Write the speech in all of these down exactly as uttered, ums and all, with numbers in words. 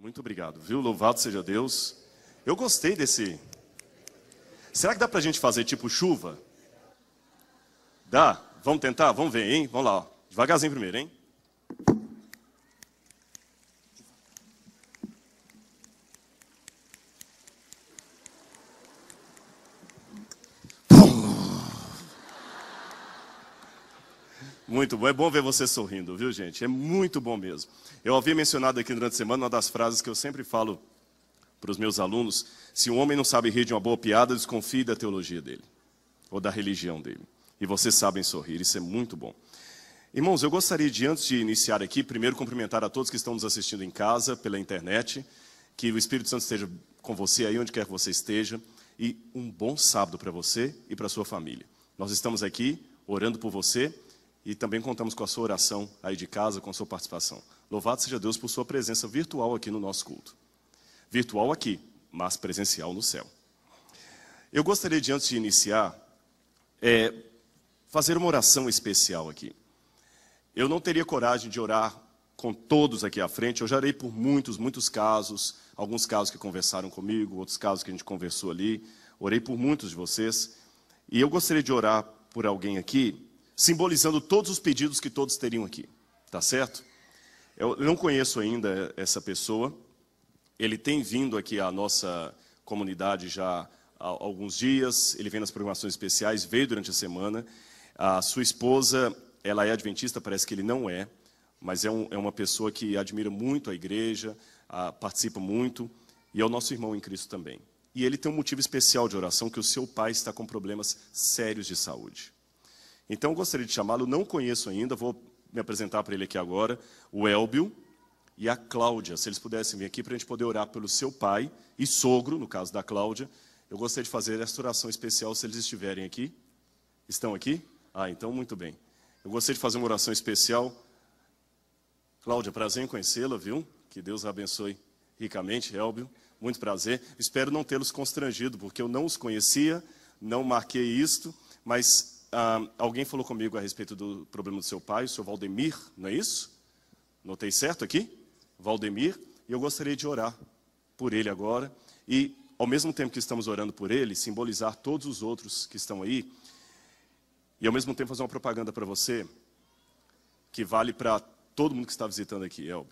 Muito obrigado, viu? Louvado seja Deus. Eu gostei desse... Será que dá pra gente fazer tipo chuva? Dá? Vamos tentar? Vamos ver, hein? Vamos lá, ó. Devagarzinho primeiro, hein? Muito bom, é bom ver você sorrindo, viu, gente? É muito bom mesmo. Eu havia mencionado aqui durante a semana uma das frases que eu sempre falo para os meus alunos: se um homem não sabe rir de uma boa piada, desconfie da teologia dele, ou da religião dele. E vocês sabem sorrir, isso é muito bom. Irmãos, eu gostaria de, antes de iniciar aqui, primeiro cumprimentar a todos que estão nos assistindo em casa, pela internet, que o Espírito Santo esteja com você aí, onde quer que você esteja, e um bom sábado para você e para a sua família. Nós estamos aqui orando por você, e também contamos com a sua oração aí de casa, com a sua participação. Louvado seja Deus por sua presença virtual aqui no nosso culto. Virtual aqui, mas presencial no céu. Eu gostaria de, antes de iniciar, é, fazer uma oração especial aqui. Eu não teria coragem de orar com todos aqui à frente. Eu já orei por muitos, muitos casos. Alguns casos que conversaram comigo, outros casos que a gente conversou ali. Orei por muitos de vocês. E eu gostaria de orar por alguém aqui, simbolizando todos os pedidos que todos teriam aqui, tá certo? Eu não conheço ainda essa pessoa, ele tem vindo aqui à nossa comunidade já há alguns dias, ele vem nas programações especiais, veio durante a semana. A sua esposa, ela é adventista, parece que ele não é, mas é, um, é uma pessoa que admira muito a igreja, a, participa muito, e é o nosso irmão em Cristo também. E ele tem um motivo especial de oração, que o seu pai está com problemas sérios de saúde. Então, eu gostaria de chamá-lo, não conheço ainda, vou me apresentar para ele aqui agora, o Elbio e a Cláudia. Se eles pudessem vir aqui para a gente poder orar pelo seu pai e sogro, no caso da Cláudia. Eu gostaria de fazer essa oração especial se eles estiverem aqui. Estão aqui? Ah, então muito bem. Eu gostaria de fazer uma oração especial. Cláudia, prazer em conhecê-la, viu? Que Deus a abençoe ricamente, Elbio. Muito prazer. Espero não tê-los constrangido, porque eu não os conhecia, não marquei isto, mas... Ah, alguém falou comigo a respeito do problema do seu pai, o seu Valdemir, não é isso? Notei certo aqui? Valdemir, e eu gostaria de orar por ele agora, e ao mesmo tempo que estamos orando por ele, simbolizar todos os outros que estão aí, e ao mesmo tempo fazer uma propaganda para você, que vale para todo mundo que está visitando aqui, Elbio.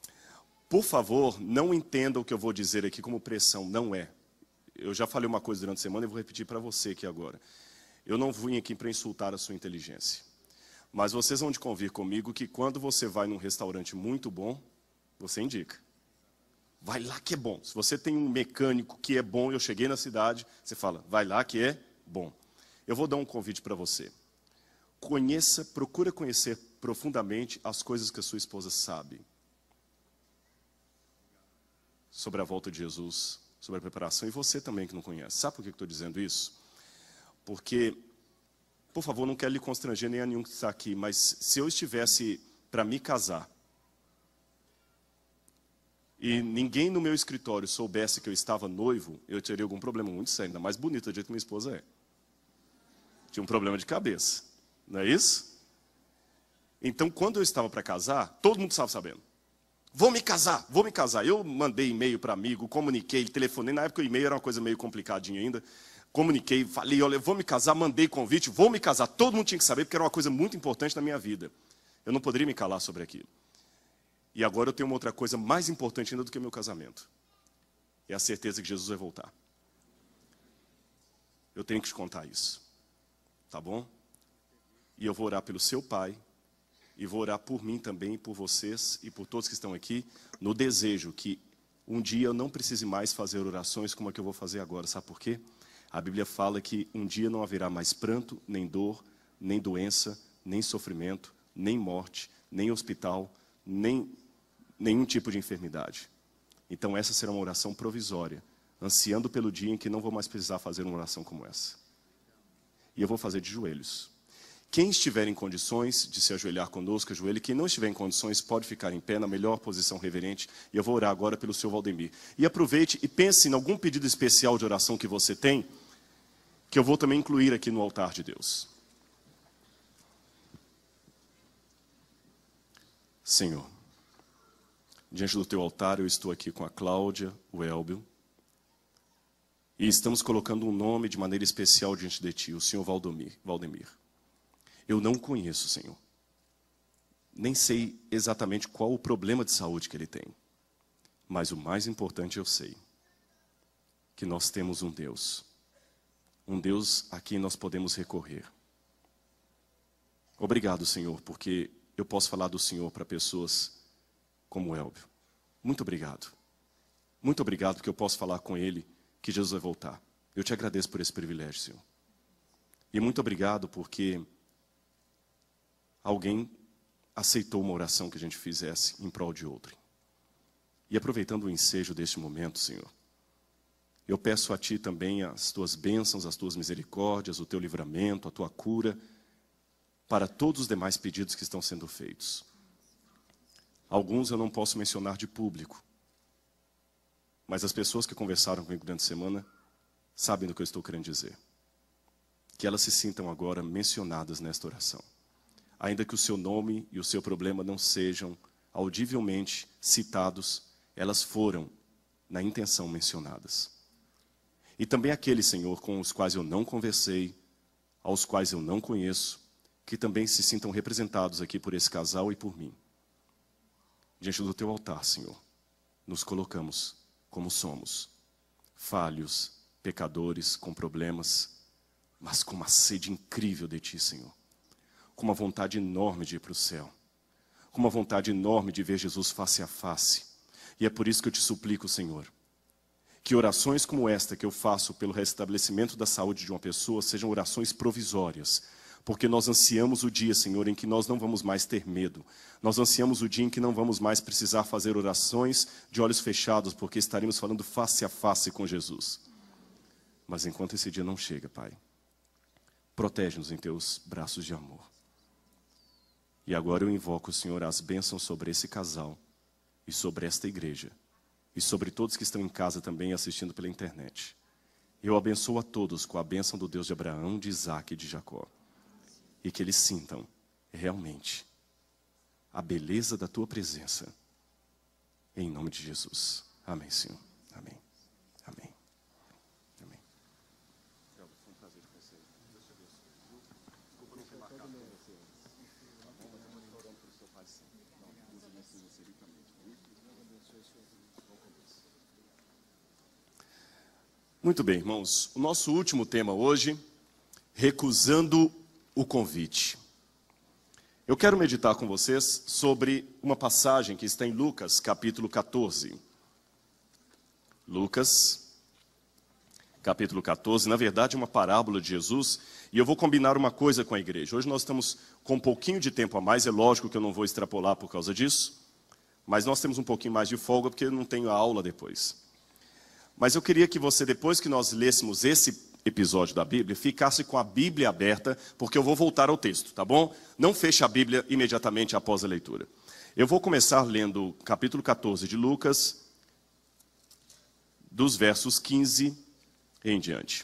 Por favor, não entenda o que eu vou dizer aqui como pressão, não é. Eu já falei uma coisa durante a semana e vou repetir para você aqui agora. Eu não vim aqui para insultar a sua inteligência. Mas vocês vão de convir comigo que quando você vai num restaurante muito bom, você indica. Vai lá que é bom. Se você tem um mecânico que é bom, eu cheguei na cidade, você fala, vai lá que é bom. Eu vou dar um convite para você. Conheça, procura conhecer profundamente as coisas que a sua esposa sabe. Sobre a volta de Jesus, sobre a preparação, e você também que não conhece. Sabe por que eu estou dizendo isso? Porque, por favor, não quero lhe constranger nem a nenhum que está aqui, mas se eu estivesse para me casar, e ninguém no meu escritório soubesse que eu estava noivo, eu teria algum problema muito sério, ainda mais bonito do jeito que minha esposa é. Tinha um problema de cabeça, não é isso? Então, quando eu estava para casar, todo mundo estava sabendo. Vou me casar, vou me casar. Eu mandei e-mail para amigo, comuniquei, telefonei, na época o e-mail era uma coisa meio complicadinha ainda. Comuniquei, falei, olha, eu vou me casar, mandei convite, vou me casar. Todo mundo tinha que saber, porque era uma coisa muito importante na minha vida. Eu não poderia me calar sobre aquilo. E agora eu tenho uma outra coisa mais importante ainda do que o meu casamento. É a certeza que Jesus vai voltar. Eu tenho que te contar isso. Tá bom? E eu vou orar pelo seu pai, e vou orar por mim também, e por vocês, e por todos que estão aqui, no desejo que um dia eu não precise mais fazer orações como a que eu vou fazer agora. Sabe por quê? A Bíblia fala que um dia não haverá mais pranto, nem dor, nem doença, nem sofrimento, nem morte, nem hospital, nem nenhum tipo de enfermidade. Então essa será uma oração provisória, ansiando pelo dia em que não vou mais precisar fazer uma oração como essa. E eu vou fazer de joelhos. Quem estiver em condições de se ajoelhar conosco, ajoelhe. Quem não estiver em condições pode ficar em pé na melhor posição reverente. E eu vou orar agora pelo seu Valdemir. E aproveite e pense em algum pedido especial de oração que você tem, que eu vou também incluir aqui no altar de Deus. Senhor, Diante do teu altar, eu estou aqui com a Cláudia, o Elbio, e estamos colocando um nome de maneira especial diante de ti, o senhor Valdemir. Valdemir. Eu não conheço, Senhor. Nem sei exatamente qual o problema de saúde que ele tem. Mas o mais importante eu sei. Que nós temos um Deus. Um Deus a quem nós podemos recorrer. Obrigado, Senhor, porque eu posso falar do Senhor para pessoas como o Elbio. Muito obrigado. Muito obrigado porque eu posso falar com ele que Jesus vai voltar. Eu te agradeço por esse privilégio, Senhor. E muito obrigado porque alguém aceitou uma oração que a gente fizesse em prol de outrem. E aproveitando o ensejo deste momento, Senhor, eu peço a Ti também as Tuas bênçãos, as Tuas misericórdias, o Teu livramento, a Tua cura, para todos os demais pedidos que estão sendo feitos. Alguns eu não posso mencionar de público, mas as pessoas que conversaram comigo durante a semana sabem do que eu estou querendo dizer. Que elas se sintam agora mencionadas nesta oração. Ainda que o seu nome e o seu problema não sejam audivelmente citados, elas foram, na intenção, mencionadas. E também aqueles, Senhor, com os quais eu não conversei, aos quais eu não conheço, que também se sintam representados aqui por esse casal e por mim. Diante do teu altar, Senhor, nos colocamos como somos, falhos, pecadores, com problemas, mas com uma sede incrível de Ti, Senhor. Com uma vontade enorme de ir para o céu. Com uma vontade enorme de ver Jesus face a face. E é por isso que eu te suplico, Senhor, que orações como esta que eu faço pelo restabelecimento da saúde de uma pessoa sejam orações provisórias. Porque nós ansiamos o dia, Senhor, em que nós não vamos mais ter medo. Nós ansiamos o dia em que não vamos mais precisar fazer orações de olhos fechados, porque estaremos falando face a face com Jesus. Mas enquanto esse dia não chega, Pai, protege-nos em Teus braços de amor. E agora eu invoco, Senhor, as bênçãos sobre esse casal e sobre esta igreja. E sobre todos que estão em casa também assistindo pela internet. Eu abençoo a todos com a bênção do Deus de Abraão, de Isaac e de Jacó. E que eles sintam realmente a beleza da Tua presença. Em nome de Jesus. Amém, Senhor. Amém. Amém. Amém. Foi um prazer te conhecer. Deus te abençoe. Desculpa não ter marcado com você antes. Tá bom? Mas eu estou orando pelo seu pai sempre. Não, Deus abençoe você ricamente. Deus abençoe o Senhor. Muito bem, irmãos. O nosso último tema hoje, recusando o convite. Eu quero meditar com vocês sobre uma passagem que está em Lucas, capítulo quatorze. Lucas, capítulo quatorze, na verdade é uma parábola de Jesus, e eu vou combinar uma coisa com a igreja. Hoje nós estamos com um pouquinho de tempo a mais, é lógico que eu não vou extrapolar por causa disso, mas nós temos um pouquinho mais de folga porque eu não tenho a aula depois. Mas eu queria que você, depois que nós lêssemos esse episódio da Bíblia, ficasse com a Bíblia aberta, porque eu vou voltar ao texto, tá bom? Não feche a Bíblia imediatamente após a leitura. Eu vou começar lendo o capítulo quatorze de Lucas, dos versos quinze em diante.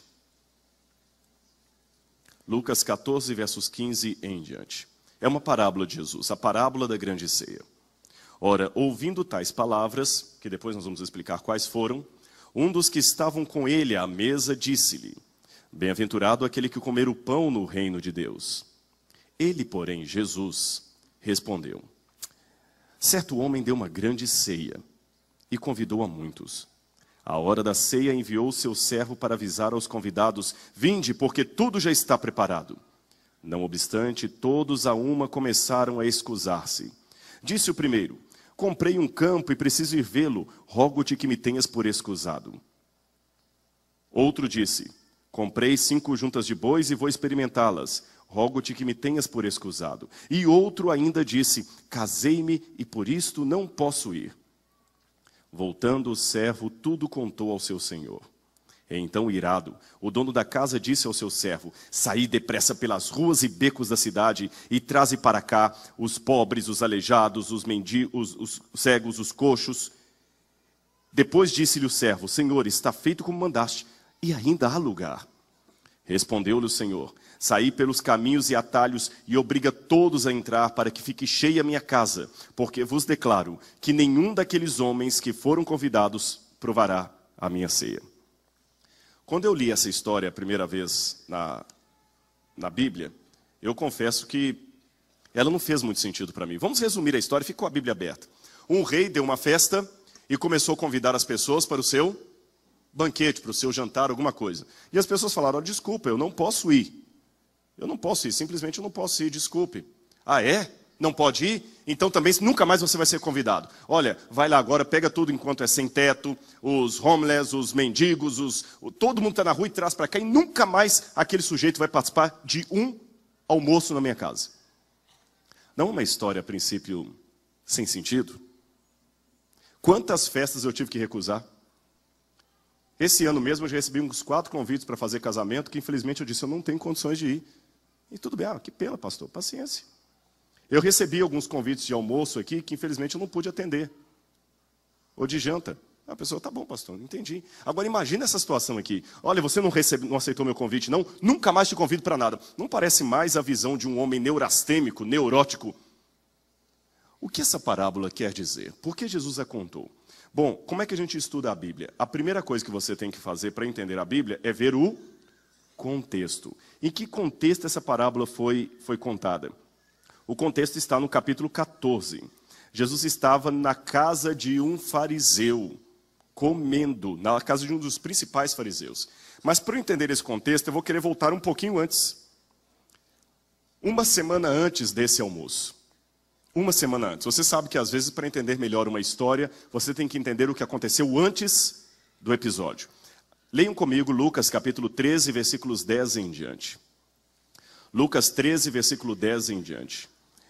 Lucas quatorze, versos quinze em diante. É uma parábola de Jesus, a parábola da grande ceia. Ora, ouvindo tais palavras, que depois nós vamos explicar quais foram, um dos que estavam com ele à mesa disse-lhe: bem-aventurado aquele que comer o pão no reino de Deus. Ele, porém, Jesus, respondeu: certo homem deu uma grande ceia e convidou a muitos. À hora da ceia enviou seu servo para avisar aos convidados: vinde, porque tudo já está preparado. Não obstante, todos a uma começaram a escusar-se. Disse o primeiro: comprei um campo e preciso ir vê-lo, rogo-te que me tenhas por escusado. Outro disse: comprei cinco juntas de bois e vou experimentá-las, rogo-te que me tenhas por escusado. E outro ainda disse: casei-me e por isto não posso ir. Voltando o servo, tudo contou ao seu senhor. Então, irado, o dono da casa disse ao seu servo: saí depressa pelas ruas e becos da cidade e traze para cá os pobres, os aleijados, os mendigos, os cegos, os coxos. Depois disse-lhe o servo: senhor, está feito como mandaste, e ainda há lugar. Respondeu-lhe o Senhor: saí pelos caminhos e atalhos e obriga todos a entrar para que fique cheia a minha casa, porque vos declaro que nenhum daqueles homens que foram convidados provará a minha ceia. Quando eu li essa história a primeira vez na, na Bíblia, eu confesso que ela não fez muito sentido para mim. Vamos resumir a história, ficou a Bíblia aberta. Um rei deu uma festa e começou a convidar as pessoas para o seu banquete, para o seu jantar, alguma coisa. E as pessoas falaram: oh, desculpa, eu não posso ir. Eu não posso ir, simplesmente eu não posso ir, desculpe. Ah, é? Não pode ir? Então também nunca mais você vai ser convidado. Olha, vai lá agora, pega tudo enquanto é sem teto, os homeless, os mendigos, os, todo mundo está na rua e traz para cá, e nunca mais aquele sujeito vai participar de um almoço na minha casa. Não é uma história, a princípio, sem sentido? Quantas festas eu tive que recusar? Esse ano mesmo eu já recebi uns quatro convites para fazer casamento, que infelizmente eu disse: eu não tenho condições de ir. E tudo bem, ah, que pena, pastor, paciência. Eu recebi alguns convites de almoço aqui, que infelizmente eu não pude atender. Ou de janta. A pessoa: tá bom, pastor, entendi. Agora imagina essa situação aqui. Olha, você não, recebe, não aceitou meu convite, não? Nunca mais te convido para nada. Não parece mais a visão de um homem neurastêmico, neurótico? O que essa parábola quer dizer? Por que Jesus a contou? Bom, como é que a gente estuda a Bíblia? A primeira coisa que você tem que fazer para entender a Bíblia é ver o contexto. Em que contexto essa parábola foi, foi contada? O contexto está no capítulo quatorze. Jesus estava na casa de um fariseu, comendo, na casa de um dos principais fariseus. Mas para eu entender esse contexto, eu vou querer voltar um pouquinho antes. Uma semana antes desse almoço. Uma semana antes. Você sabe que às vezes para entender melhor uma história, você tem que entender o que aconteceu antes do episódio. Leiam comigo Lucas capítulo treze, versículos dez em diante. Lucas treze, versículo dez em diante.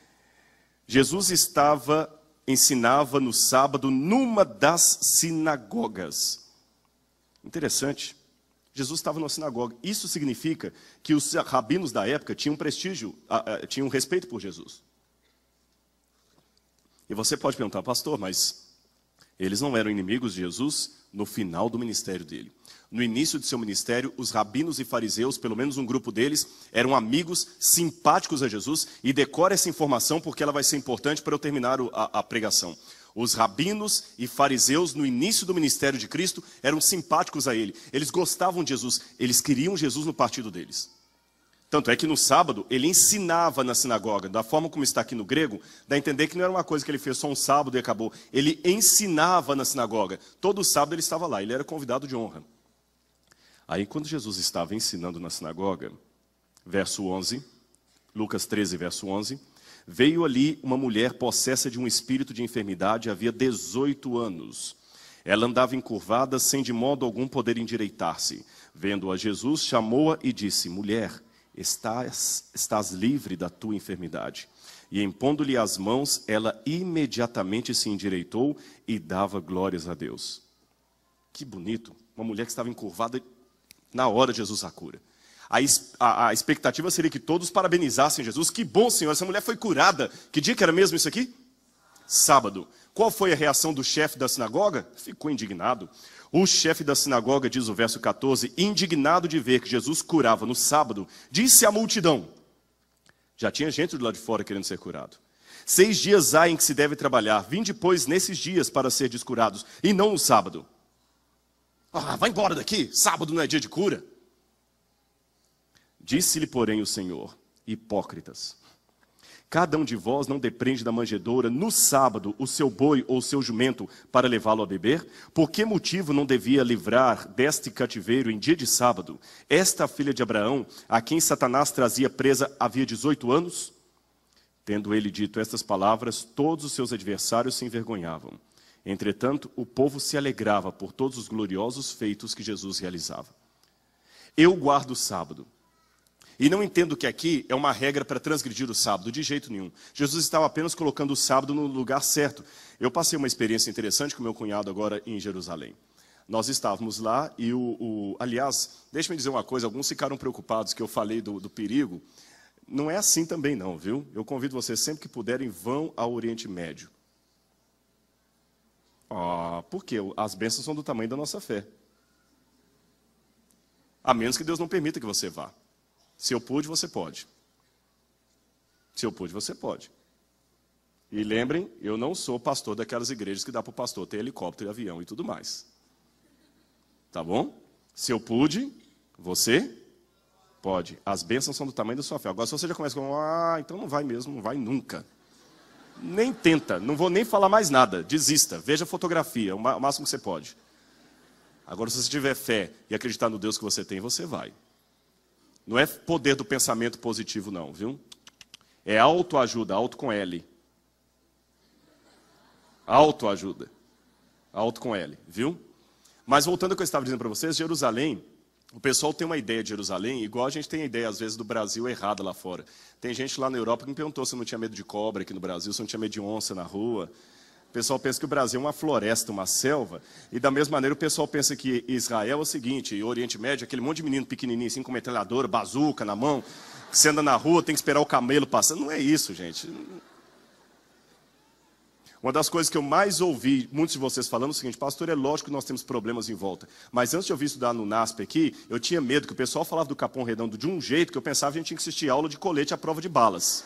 Jesus estava, ensinava no sábado numa das sinagogas. Interessante. Jesus estava numa sinagoga. Isso significa que os rabinos da época tinham prestígio, tinham respeito por Jesus. E você pode perguntar: pastor, mas eles não eram inimigos de Jesus no final do ministério dele. No início de seu ministério, os rabinos e fariseus, pelo menos um grupo deles, eram amigos simpáticos a Jesus. E decora essa informação porque ela vai ser importante para eu terminar a, a pregação. Os rabinos e fariseus, no início do ministério de Cristo, eram simpáticos a ele. Eles gostavam de Jesus, eles queriam Jesus no partido deles. Tanto é que no sábado, ele ensinava na sinagoga. Da forma como está aqui no grego, dá a entender que não era uma coisa que ele fez só um sábado e acabou. Ele ensinava na sinagoga. Todo sábado ele estava lá, ele era convidado de honra. Aí quando Jesus estava ensinando na sinagoga, verso onze, Lucas treze, verso onze, veio ali uma mulher possessa de um espírito de enfermidade, havia dezoito anos. Ela andava encurvada, sem de modo algum poder endireitar-se. Vendo a Jesus, chamou-a e disse: mulher, estás, estás livre da tua enfermidade. E impondo-lhe as mãos, ela imediatamente se endireitou e dava glórias a Deus. Que bonito, uma mulher que estava encurvada, na hora Jesus a cura. A, a, a expectativa seria que todos parabenizassem Jesus. Que bom, Senhor, essa mulher foi curada. Que dia que era mesmo isso aqui? Sábado. Qual foi a reação do chefe da sinagoga? Ficou indignado. O chefe da sinagoga, diz o verso quatorze, indignado de ver que Jesus curava no sábado, disse à multidão: já tinha gente do lado de fora querendo ser curado. Seis dias há em que se deve trabalhar. Vinde, pois, nesses dias para ser descurados, e não no sábado. Ah, vai embora daqui, sábado não é dia de cura. Disse-lhe, porém, o Senhor: hipócritas, cada um de vós não depreende da manjedoura no sábado o seu boi ou o seu jumento para levá-lo a beber? Por que motivo não devia livrar deste cativeiro em dia de sábado esta filha de Abraão, a quem Satanás trazia presa havia dezoito anos? Tendo ele dito estas palavras, todos os seus adversários se envergonhavam. Entretanto, o povo se alegrava por todos os gloriosos feitos que Jesus realizava. Eu guardo o sábado. E não entendo que aqui é uma regra para transgredir o sábado, de jeito nenhum. Jesus estava apenas colocando o sábado no lugar certo. Eu passei uma experiência interessante com meu cunhado agora em Jerusalém. Nós estávamos lá e, o, o aliás, deixa-me dizer uma coisa, alguns ficaram preocupados que eu falei do, do perigo. Não é assim também não, viu? Eu convido vocês sempre que puderem, vão ao Oriente Médio. Ah, por quê? As bênçãos são do tamanho da nossa fé. A menos que Deus não permita que você vá. Se eu pude, você pode. Se eu pude, você pode. E lembrem, eu não sou pastor daquelas igrejas que dá para o pastor ter helicóptero e avião e tudo mais. Tá bom? Se eu pude, você pode. As bênçãos são do tamanho da sua fé. Agora, se você já começa com, ah, então não vai mesmo, não vai nunca. Nem tenta, não vou nem falar mais nada. Desista, veja a fotografia, o máximo que você pode. Agora, se você tiver fé e acreditar no Deus que você tem, você vai. Não é poder do pensamento positivo, não, viu? É autoajuda, auto com L. Autoajuda. Auto com L, viu? Mas voltando ao que eu estava dizendo para vocês, Jerusalém, o pessoal tem uma ideia de Jerusalém, igual a gente tem a ideia, às vezes, do Brasil errada lá fora. Tem gente lá na Europa que me perguntou se eu não tinha medo de cobra aqui no Brasil, se eu não tinha medo de onça na rua. O pessoal pensa que o Brasil é uma floresta, uma selva, e da mesma maneira o pessoal pensa que Israel é o seguinte, e o Oriente Médio, aquele monte de menino pequenininho, assim, com metralhadora, bazuca na mão, que você anda na rua, tem que esperar o camelo passando. Não é isso, gente. Uma das coisas que eu mais ouvi, muitos de vocês falando, é o seguinte, pastor, é lógico que nós temos problemas em volta. Mas antes de eu vir estudar no N A S P aqui, eu tinha medo que o pessoal falava do Capão Redondo de um jeito que eu pensava que a gente tinha que assistir aula de colete à prova de balas.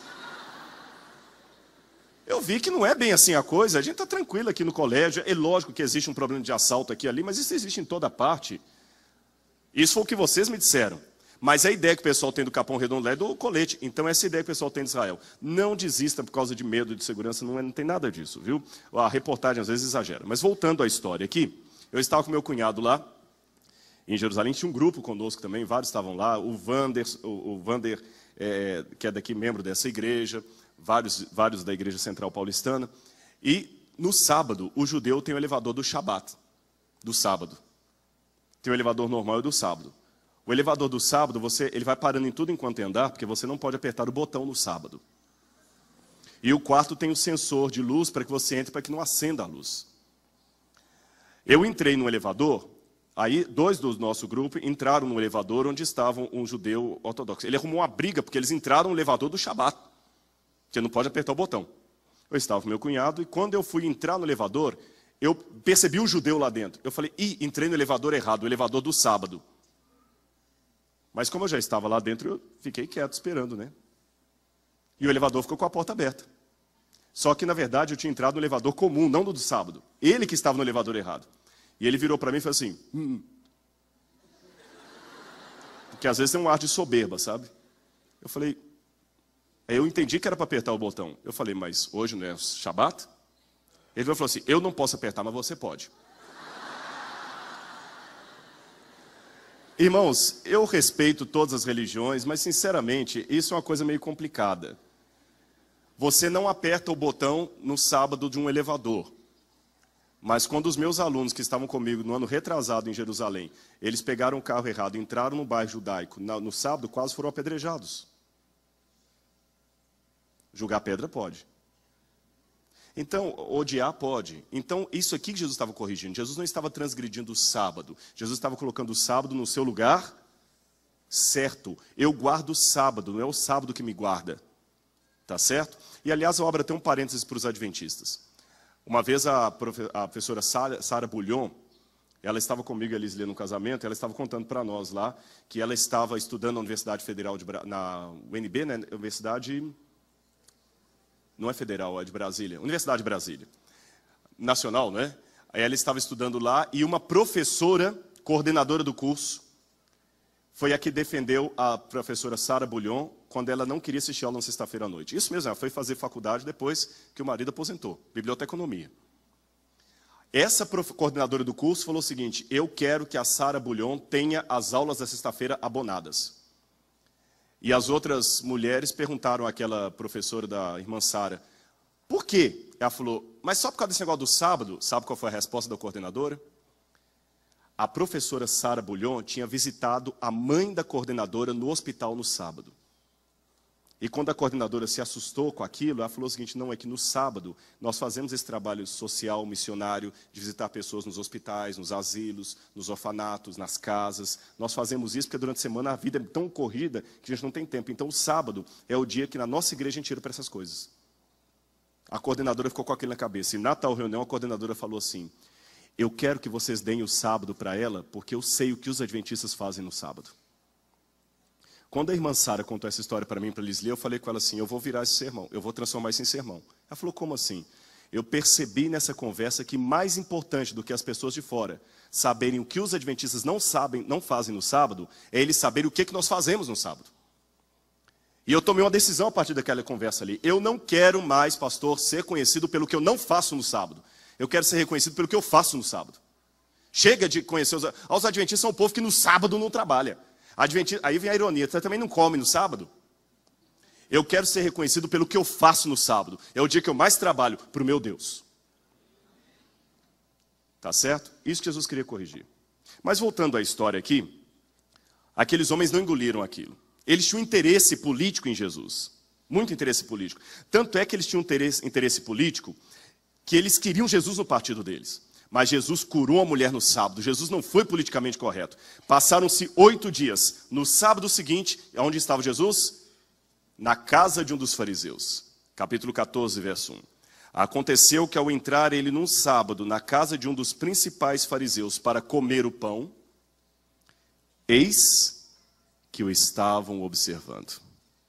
Eu vi que não é bem assim a coisa, a gente está tranquilo aqui no colégio, é lógico que existe um problema de assalto aqui e ali, mas isso existe em toda parte. Isso foi o que vocês me disseram. Mas a ideia que o pessoal tem do Capão Redondo é do colete. Então, essa ideia que o pessoal tem de Israel. Não desista por causa de medo, de segurança, não, é, não tem nada disso, viu? A reportagem, às vezes, exagera. Mas, voltando à história aqui, eu estava com meu cunhado lá, em Jerusalém, tinha um grupo conosco também, vários estavam lá, o Vander, o, o Vander é, que é daqui, membro dessa igreja, vários, vários da Igreja Central Paulistana. E, no sábado, o judeu tem o elevador do Shabat, do sábado. Tem o elevador normal e o do sábado. O elevador do sábado, você, ele vai parando em tudo enquanto andar, porque você não pode apertar o botão no sábado. E o quarto tem o sensor de luz para que você entre, para que não acenda a luz. Eu entrei no elevador, aí dois do nosso grupo entraram no elevador onde estava um judeu ortodoxo. Ele arrumou uma briga, porque eles entraram no elevador do Shabat. Você não pode apertar o botão. Eu estava com meu cunhado, e quando eu fui entrar no elevador, eu percebi o judeu lá dentro. Eu falei, ih, entrei no elevador errado, o elevador do sábado. Mas como eu já estava lá dentro, eu fiquei quieto, esperando, né? E o elevador ficou com a porta aberta. Só que, na verdade, eu tinha entrado no elevador comum, não no do sábado. Ele que estava no elevador errado. E ele virou para mim e falou assim... Hum. Porque às vezes tem um ar de soberba, sabe? Eu falei... Eu entendi que era para apertar o botão. Eu falei, mas hoje não é Shabat? Ele falou assim, eu não posso apertar, mas você pode. Irmãos, eu respeito todas as religiões, mas sinceramente, isso é uma coisa meio complicada. Você não aperta o botão no sábado de um elevador. Mas quando os meus alunos que estavam comigo no ano retrasado em Jerusalém, eles pegaram o carro errado, entraram no bairro judaico, no sábado quase foram apedrejados. Julgar pedra pode. Então, odiar pode. Então, isso aqui que Jesus estava corrigindo. Jesus não estava transgredindo o sábado. Jesus estava colocando o sábado no seu lugar certo. Eu guardo o sábado, não é o sábado que me guarda. Tá certo? E, aliás, a obra tem um parênteses para os adventistas. Uma vez a, profe a professora Sara Bullion, ela estava comigo e a Lisle no casamento, ela estava contando para nós lá que ela estava estudando na Universidade Federal, de Bra na U N B, né? Universidade... Não é federal, é de Brasília. Universidade de Brasília. Nacional, né? Aí ela estava estudando lá e uma professora, coordenadora do curso, foi a que defendeu a professora Sara Bullion quando ela não queria assistir aula na sexta-feira à noite. Isso mesmo, ela foi fazer faculdade depois que o marido aposentou. Biblioteconomia. Essa coordenadora do curso falou o seguinte, eu quero que a Sara Bullion tenha as aulas da sexta-feira abonadas. E as outras mulheres perguntaram àquela professora da irmã Sara, por quê? Ela falou, mas só por causa desse negócio do sábado, sabe qual foi a resposta da coordenadora? A professora Sara Bullion tinha visitado a mãe da coordenadora no hospital no sábado. E quando a coordenadora se assustou com aquilo, ela falou o seguinte, não, é que no sábado nós fazemos esse trabalho social, missionário, de visitar pessoas nos hospitais, nos asilos, nos orfanatos, nas casas. Nós fazemos isso porque durante a semana a vida é tão corrida que a gente não tem tempo. Então o sábado é o dia que na nossa igreja a gente tira para essas coisas. A coordenadora ficou com aquilo na cabeça. E na tal reunião a coordenadora falou assim, eu quero que vocês deem o sábado para ela, porque eu sei o que os adventistas fazem no sábado. Quando a irmã Sara contou essa história para mim, para Lisli, eu falei com ela assim, eu vou virar esse sermão, eu vou transformar isso em sermão. Ela falou, como assim? Eu percebi nessa conversa que mais importante do que as pessoas de fora saberem o que os adventistas não sabem, não fazem no sábado, é eles saberem o que, que nós fazemos no sábado. E eu tomei uma decisão a partir daquela conversa ali. Eu não quero mais, pastor, ser conhecido pelo que eu não faço no sábado. Eu quero ser reconhecido pelo que eu faço no sábado. Chega de conhecer os... Os adventistas são um povo que no sábado não trabalha. Adventista... Aí vem a ironia, você também não come no sábado? Eu quero ser reconhecido pelo que eu faço no sábado. É o dia que eu mais trabalho para o meu Deus. Tá certo? Isso que Jesus queria corrigir. Mas voltando à história aqui, aqueles homens não engoliram aquilo. Eles tinham interesse político em Jesus. Muito interesse político. Tanto é que eles tinham interesse, interesse político que eles queriam Jesus no partido deles. Mas Jesus curou a mulher no sábado. Jesus não foi politicamente correto. Passaram-se oito dias. No sábado seguinte, onde estava Jesus? Na casa de um dos fariseus. Capítulo quatorze, verso um. Aconteceu que ao entrar ele num sábado na casa de um dos principais fariseus para comer o pão, eis que o estavam observando.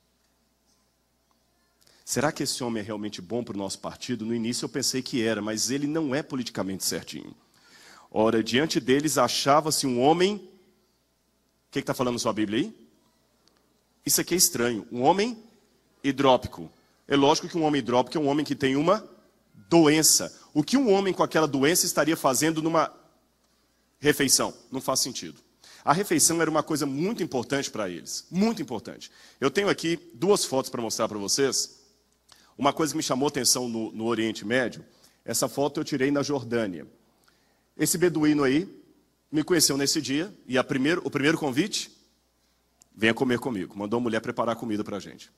Será que esse homem é realmente bom para o nosso partido? No início eu pensei que era, mas ele não é politicamente certinho. Ora, diante deles achava-se um homem... O que está falando sua Bíblia aí? Isso aqui é estranho. Um homem hidrópico. É lógico que um homem hidrópico é um homem que tem uma doença. O que um homem com aquela doença estaria fazendo numa refeição? Não faz sentido. A refeição era uma coisa muito importante para eles. Muito importante. Eu tenho aqui duas fotos para mostrar para vocês. Uma coisa que me chamou a atenção no, no Oriente Médio, essa foto eu tirei na Jordânia. Esse beduíno aí me conheceu nesse dia, e a primeiro, o primeiro convite, venha comer comigo. Mandou a mulher preparar comida para a gente.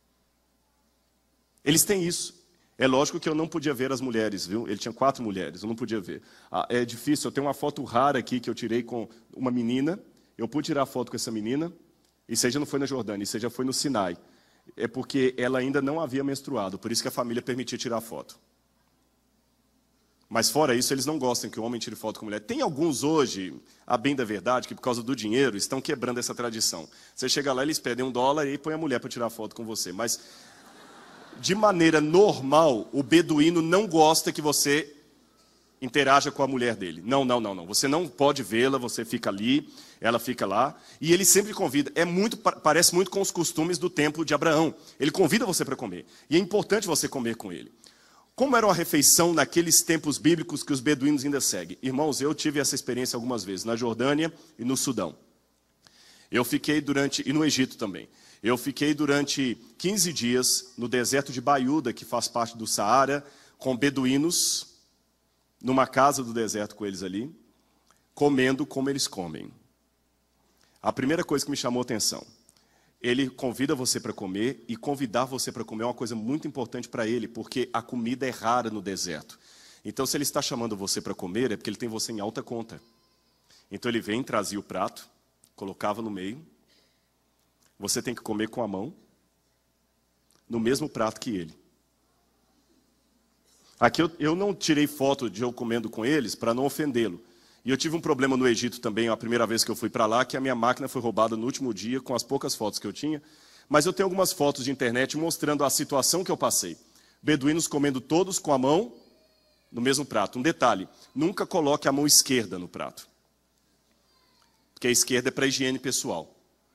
Eles têm isso. É lógico que eu não podia ver as mulheres, viu? Ele tinha quatro mulheres, eu não podia ver. Ah, é difícil, eu tenho uma foto rara aqui que eu tirei com uma menina. Eu pude tirar foto com essa menina, e seja não foi na Jordânia, e seja foi no Sinai. É porque ela ainda não havia menstruado, por isso que a família permitia tirar foto. Mas fora isso, eles não gostam que o homem tire foto com mulher. Tem alguns hoje, a bem da verdade, que por causa do dinheiro, estão quebrando essa tradição. Você chega lá, eles pedem um dólar e põe a mulher para tirar foto com você. Mas, de maneira normal, o beduíno não gosta que você interaja com a mulher dele. Não, não, não, não. Você não pode vê-la, você fica ali, ela fica lá. E ele sempre convida. É muito, parece muito com os costumes do templo de Abraão. Ele convida você para comer. E é importante você comer com ele. Como era uma refeição naqueles tempos bíblicos que os beduínos ainda seguem? Irmãos, eu tive essa experiência algumas vezes, na Jordânia e no Sudão. Eu fiquei durante, e no Egito também. Eu fiquei durante quinze dias no deserto de Baiuda, que faz parte do Saara, com beduínos, numa casa do deserto com eles ali, comendo como eles comem. A primeira coisa que me chamou a atenção, ele convida você para comer, e convidar você para comer é uma coisa muito importante para ele, porque a comida é rara no deserto. Então, se ele está chamando você para comer, é porque ele tem você em alta conta. Então, ele vem, trazia o prato, colocava no meio, você tem que comer com a mão, no mesmo prato que ele. Aqui eu, eu não tirei foto de eu comendo com eles para não ofendê-lo. E eu tive um problema no Egito também, a primeira vez que eu fui para lá, que a minha máquina foi roubada no último dia, com as poucas fotos que eu tinha. Mas eu tenho algumas fotos de internet mostrando a situação que eu passei. Beduínos comendo todos com a mão no mesmo prato. Um detalhe, nunca coloque a mão esquerda no prato. Porque a esquerda é para higiene pessoal.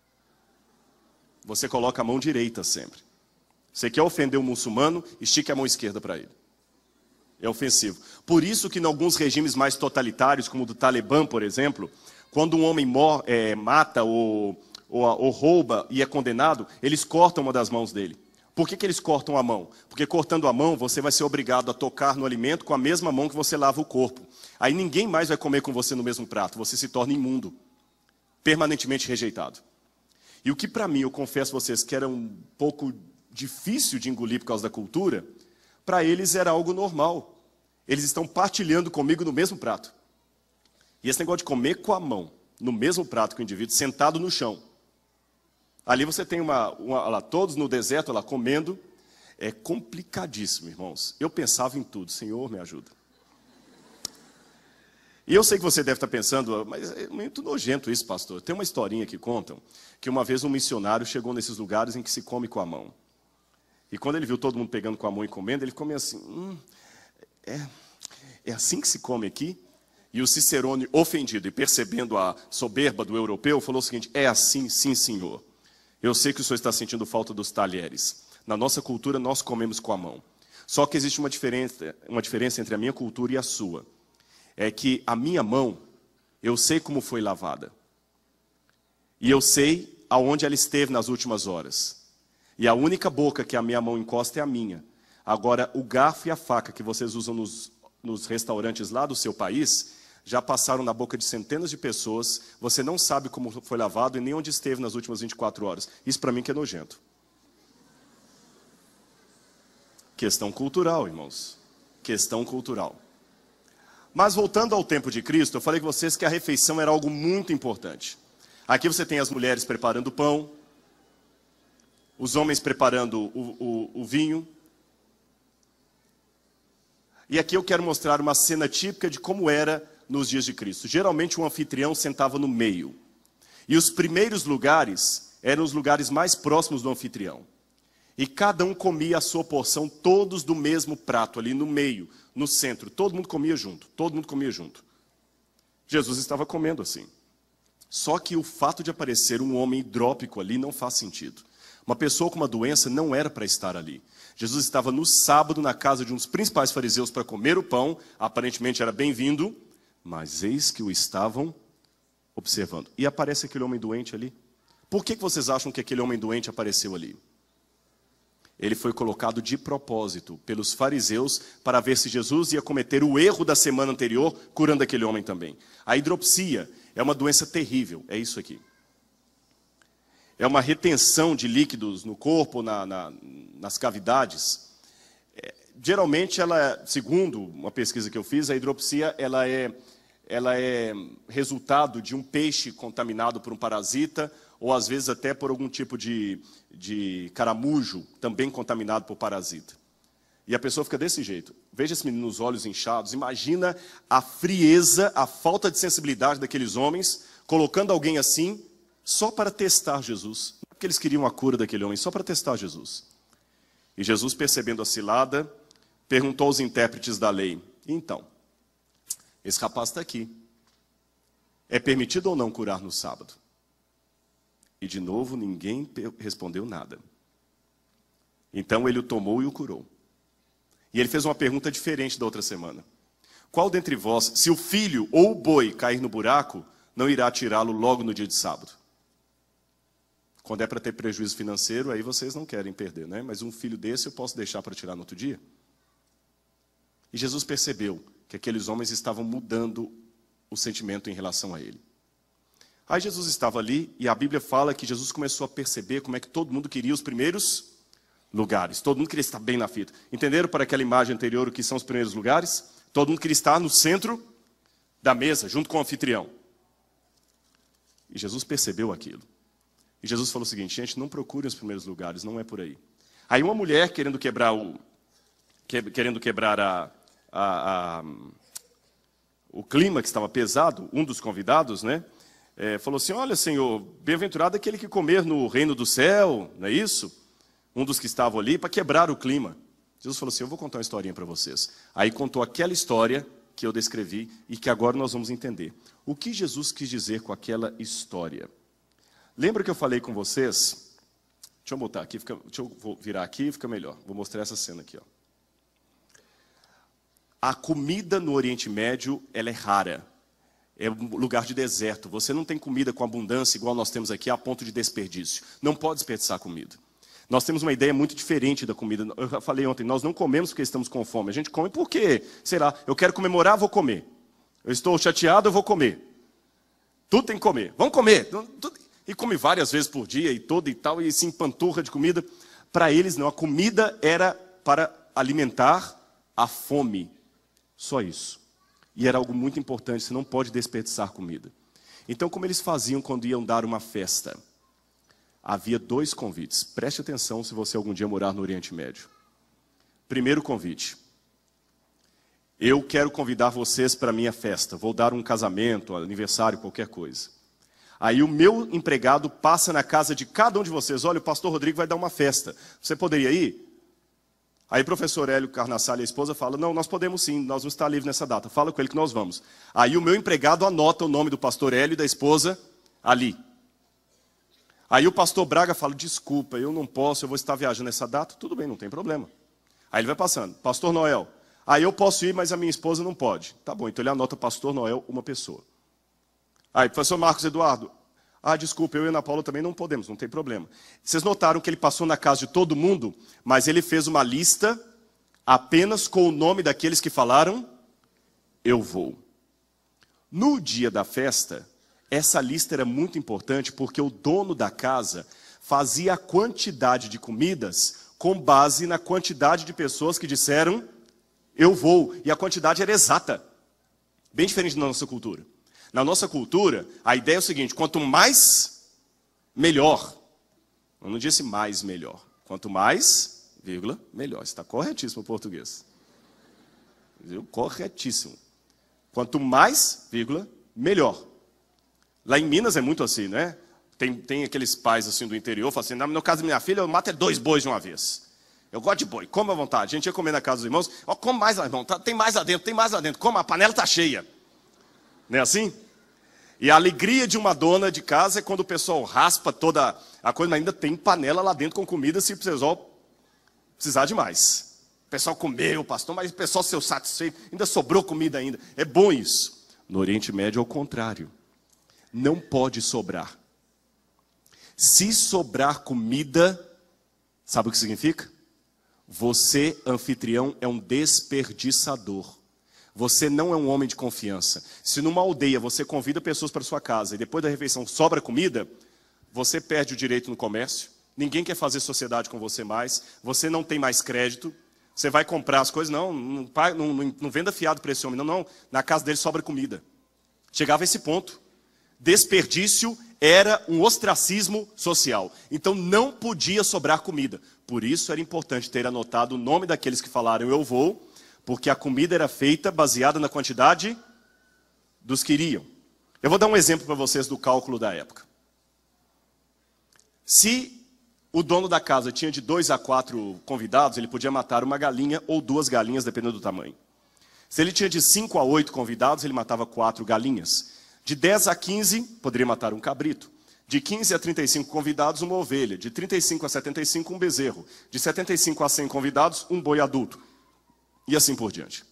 Você coloca a mão direita sempre. Você quer ofender um muçulmano, estique a mão esquerda para ele. É ofensivo. Por isso que em alguns regimes mais totalitários, como o do Talibã, por exemplo, quando um homem mor, é, mata ou, ou, ou rouba e é condenado, eles cortam uma das mãos dele. Por que que eles cortam a mão? Porque cortando a mão, você vai ser obrigado a tocar no alimento com a mesma mão que você lava o corpo. Aí ninguém mais vai comer com você no mesmo prato, você se torna imundo, permanentemente rejeitado. E o que para mim, eu confesso a vocês, que era um pouco difícil de engolir por causa da cultura, para eles era algo normal. Eles estão partilhando comigo no mesmo prato. E esse negócio de comer com a mão, no mesmo prato que o indivíduo, sentado no chão. Ali você tem uma, uma lá, todos no deserto, lá comendo. É complicadíssimo, irmãos. Eu pensava em tudo. Senhor, me ajuda. E eu sei que você deve estar pensando, mas é muito nojento isso, pastor. Tem uma historinha que contam que uma vez um missionário chegou nesses lugares em que se come com a mão. E quando ele viu todo mundo pegando com a mão e comendo, ele ficou meio assim, hum, é, é assim que se come aqui? E o Cicerone, ofendido e percebendo a soberba do europeu, falou o seguinte, é assim, sim, senhor. Eu sei que o senhor está sentindo falta dos talheres. Na nossa cultura, nós comemos com a mão. Só que existe uma diferença, uma diferença entre a minha cultura e a sua. É que a minha mão, eu sei como foi lavada. E eu sei aonde ela esteve nas últimas horas. E a única boca que a minha mão encosta é a minha. Agora, o garfo e a faca que vocês usam nos, nos restaurantes lá do seu país, já passaram na boca de centenas de pessoas, você não sabe como foi lavado e nem onde esteve nas últimas vinte e quatro horas. Isso para mim que é nojento. Questão cultural, irmãos. Questão cultural. Mas voltando ao tempo de Cristo, eu falei com vocês que a refeição era algo muito importante. Aqui você tem as mulheres preparando o pão, os homens preparando o, o, o vinho. E aqui eu quero mostrar uma cena típica de como era nos dias de Cristo. Geralmente um anfitrião sentava no meio. E os primeiros lugares eram os lugares mais próximos do anfitrião. E cada um comia a sua porção, todos do mesmo prato, ali no meio, no centro. Todo mundo comia junto, todo mundo comia junto. Jesus estava comendo assim. Só que o fato de aparecer um homem hidrópico ali não faz sentido. Uma pessoa com uma doença não era para estar ali. Jesus estava no sábado na casa de um dos principais fariseus para comer o pão, aparentemente era bem-vindo, mas eis que o estavam observando. E aparece aquele homem doente ali. Por que vocês acham que aquele homem doente apareceu ali? Ele foi colocado de propósito pelos fariseus para ver se Jesus ia cometer o erro da semana anterior, curando aquele homem também. A hidropsia é uma doença terrível, é isso aqui. É uma retenção de líquidos no corpo, na, na, nas cavidades. É, geralmente, ela, segundo uma pesquisa que eu fiz, a hidropsia ela é, ela é resultado de um peixe contaminado por um parasita, ou às vezes até por algum tipo de, de caramujo, também contaminado por parasita. E a pessoa fica desse jeito. Veja esse menino nos olhos inchados, imagina a frieza, a falta de sensibilidade daqueles homens, colocando alguém assim, só para testar Jesus. Não é porque eles queriam a cura daquele homem, só para testar Jesus. E Jesus, percebendo a cilada, perguntou aos intérpretes da lei, então, esse rapaz está aqui, é permitido ou não curar no sábado? E de novo ninguém respondeu nada. Então ele o tomou e o curou. E ele fez uma pergunta diferente da outra semana. Qual dentre vós, se o filho ou o boi cair no buraco, não irá tirá-lo logo no dia de sábado? Quando é para ter prejuízo financeiro, aí vocês não querem perder, né? Mas um filho desse eu posso deixar para tirar no outro dia? E Jesus percebeu que aqueles homens estavam mudando o sentimento em relação a ele. Aí Jesus estava ali e a Bíblia fala que Jesus começou a perceber como é que todo mundo queria os primeiros lugares. Todo mundo queria estar bem na fita. Entenderam para aquela imagem anterior o que são os primeiros lugares? Todo mundo queria estar no centro da mesa, junto com o anfitrião. E Jesus percebeu aquilo. E Jesus falou o seguinte, gente, não procurem os primeiros lugares, não é por aí. Aí uma mulher querendo quebrar o, querendo quebrar a, a, a, o clima que estava pesado, um dos convidados, né? É, falou assim, olha Senhor, bem-aventurado aquele que comer no reino do céu, não é isso? Um dos que estavam ali, para quebrar o clima. Jesus falou assim, eu vou contar uma historinha para vocês. Aí contou aquela história que eu descrevi e que agora nós vamos entender. O que Jesus quis dizer com aquela história? Lembra que eu falei com vocês? Deixa eu botar aqui, fica, deixa eu vou virar aqui, fica melhor. Vou mostrar essa cena aqui. Ó. A comida no Oriente Médio, ela é rara. É um lugar de deserto. Você não tem comida com abundância, igual nós temos aqui, a ponto de desperdício. Não pode desperdiçar comida. Nós temos uma ideia muito diferente da comida. Eu já falei ontem, nós não comemos porque estamos com fome. A gente come porque, sei lá, eu quero comemorar, vou comer. Eu estou chateado, eu vou comer. Tudo tem que comer. Vamos comer. E come várias vezes por dia, e todo e tal, e se empanturra de comida. Para eles, não. A comida era para alimentar a fome. Só isso. E era algo muito importante, você não pode desperdiçar comida. Então, como eles faziam quando iam dar uma festa? Havia dois convites. Preste atenção se você algum dia morar no Oriente Médio. Primeiro convite. eu quero convidar vocês para a minha festa, vou dar um casamento, um aniversário, qualquer coisa. Aí o meu empregado passa na casa de cada um de vocês, olha, o pastor Rodrigo vai dar uma festa, você poderia ir? Aí o professor Hélio Carnassali e a esposa falam, não, nós podemos sim, nós vamos estar livres nessa data, fala com ele que nós vamos. Aí o meu empregado anota o nome do pastor Hélio e da esposa ali. Aí o pastor Braga fala, desculpa, eu não posso, eu vou estar viajando nessa data, tudo bem, não tem problema. Aí ele vai passando, pastor Noel, aí eu posso ir, mas a minha esposa não pode. Tá bom, então ele anota pastor Noel, uma pessoa. Aí, professor Marcos Eduardo, ah, desculpa, eu e a Ana Paula também não podemos, não tem problema. Vocês notaram que ele passou na casa de todo mundo, mas ele fez uma lista apenas com o nome daqueles que falaram, eu vou. No dia da festa, essa lista era muito importante porque o dono da casa fazia a quantidade de comidas com base na quantidade de pessoas que disseram, eu vou. E a quantidade era exata. Bem diferente da nossa cultura. Na nossa cultura, a ideia é o seguinte, quanto mais, melhor. Eu não disse mais, melhor. Quanto mais, vírgula, melhor. Está corretíssimo o português. Viu? Corretíssimo. Quanto mais, vírgula, melhor. Lá em Minas é muito assim, né? Tem, tem aqueles pais assim do interior, falam assim, no meu caso da minha filha, eu mato é dois bois de uma vez. Eu gosto de boi, come à vontade. A gente ia comer na casa dos irmãos, ó, come mais lá, irmão, tem mais lá dentro, tem mais lá dentro. Como a panela está cheia. Não é assim? E a alegria de uma dona de casa é quando o pessoal raspa toda a coisa, mas ainda tem panela lá dentro com comida se o pessoal precisar de mais. O pessoal comeu, pastor, mas o pessoal seu satisfeito, ainda sobrou comida ainda. É bom isso. No Oriente Médio é o contrário. Não pode sobrar. Se sobrar comida, sabe o que significa? Você, anfitrião, é um desperdiçador. Você não é um homem de confiança. Se numa aldeia você convida pessoas para sua casa e depois da refeição sobra comida, você perde o direito no comércio, ninguém quer fazer sociedade com você mais, você não tem mais crédito, você vai comprar as coisas, não, não, não, não, não venda fiado para esse homem, não, não, na casa dele sobra comida. Chegava a esse ponto. Desperdício era um ostracismo social. Então não podia sobrar comida. Por isso era importante ter anotado o nome daqueles que falaram eu vou, porque a comida era feita baseada na quantidade dos que iriam. Eu vou dar um exemplo para vocês do cálculo da época. Se o dono da casa tinha de dois a quatro convidados, ele podia matar uma galinha ou duas galinhas, dependendo do tamanho. Se ele tinha de cinco a oito convidados, ele matava quatro galinhas. De dez a quinze, poderia matar um cabrito. De quinze a trinta e cinco convidados, uma ovelha. De trinta e cinco a setenta e cinco, um bezerro. De setenta e cinco a cem convidados, um boi adulto. E assim por diante.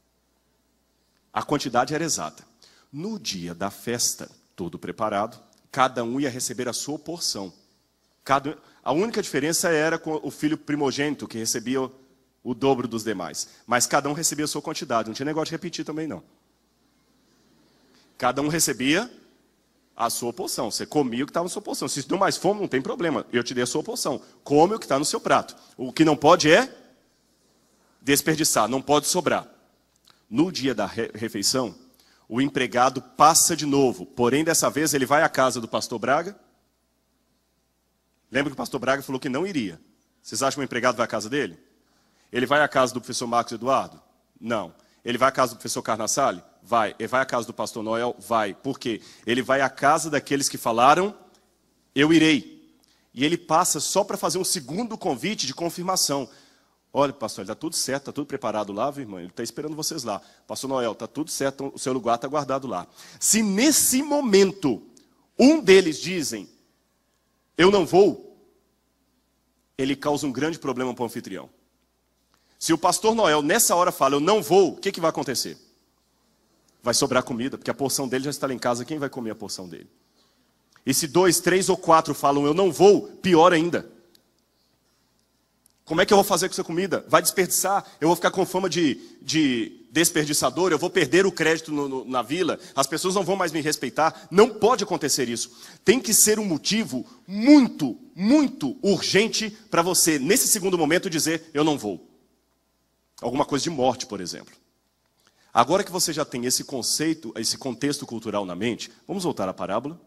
A quantidade era exata. No dia da festa, todo preparado, cada um ia receber a sua porção. Cada... A única diferença era com o filho primogênito, que recebia o, o dobro dos demais. Mas cada um recebia a sua quantidade. Não tinha negócio de repetir também, não. Cada um recebia a sua porção. Você comia o que estava na sua porção. Se deu mais fome, não tem problema. Eu te dei a sua porção. Come o que está no seu prato. O que não pode é desperdiçar, não pode sobrar. No dia da refeição, o empregado passa de novo. Porém, dessa vez, ele vai à casa do pastor Braga. Lembra que o pastor Braga falou que não iria. Vocês acham que o empregado vai à casa dele? Ele vai à casa do professor Marcos Eduardo? Não. Ele vai à casa do professor Carnassali? Vai. Ele vai à casa do pastor Noel? Vai. Por quê? Ele vai à casa daqueles que falaram, eu irei. E ele passa só para fazer um segundo convite de confirmação. Olha, pastor, está tudo certo, está tudo preparado lá, viu, irmã? Ele está esperando vocês lá. Pastor Noel, está tudo certo, o seu lugar está guardado lá. Se nesse momento, um deles dizem, eu não vou, ele causa um grande problema para o anfitrião. Se o pastor Noel, nessa hora, fala, eu não vou, o que, que vai acontecer? Vai sobrar comida, porque a porção dele já está lá em casa, quem vai comer a porção dele? E se dois, três ou quatro falam, eu não vou, pior ainda. Como é que eu vou fazer com essa comida? Vai desperdiçar? Eu vou ficar com fama de, de desperdiçador? Eu vou perder o crédito no, no, na vila? As pessoas não vão mais me respeitar? Não pode acontecer isso. Tem que ser um motivo muito, muito urgente para você, nesse segundo momento, dizer, eu não vou. Alguma coisa de morte, por exemplo. Agora que você já tem esse conceito, esse contexto cultural na mente, vamos voltar à parábola.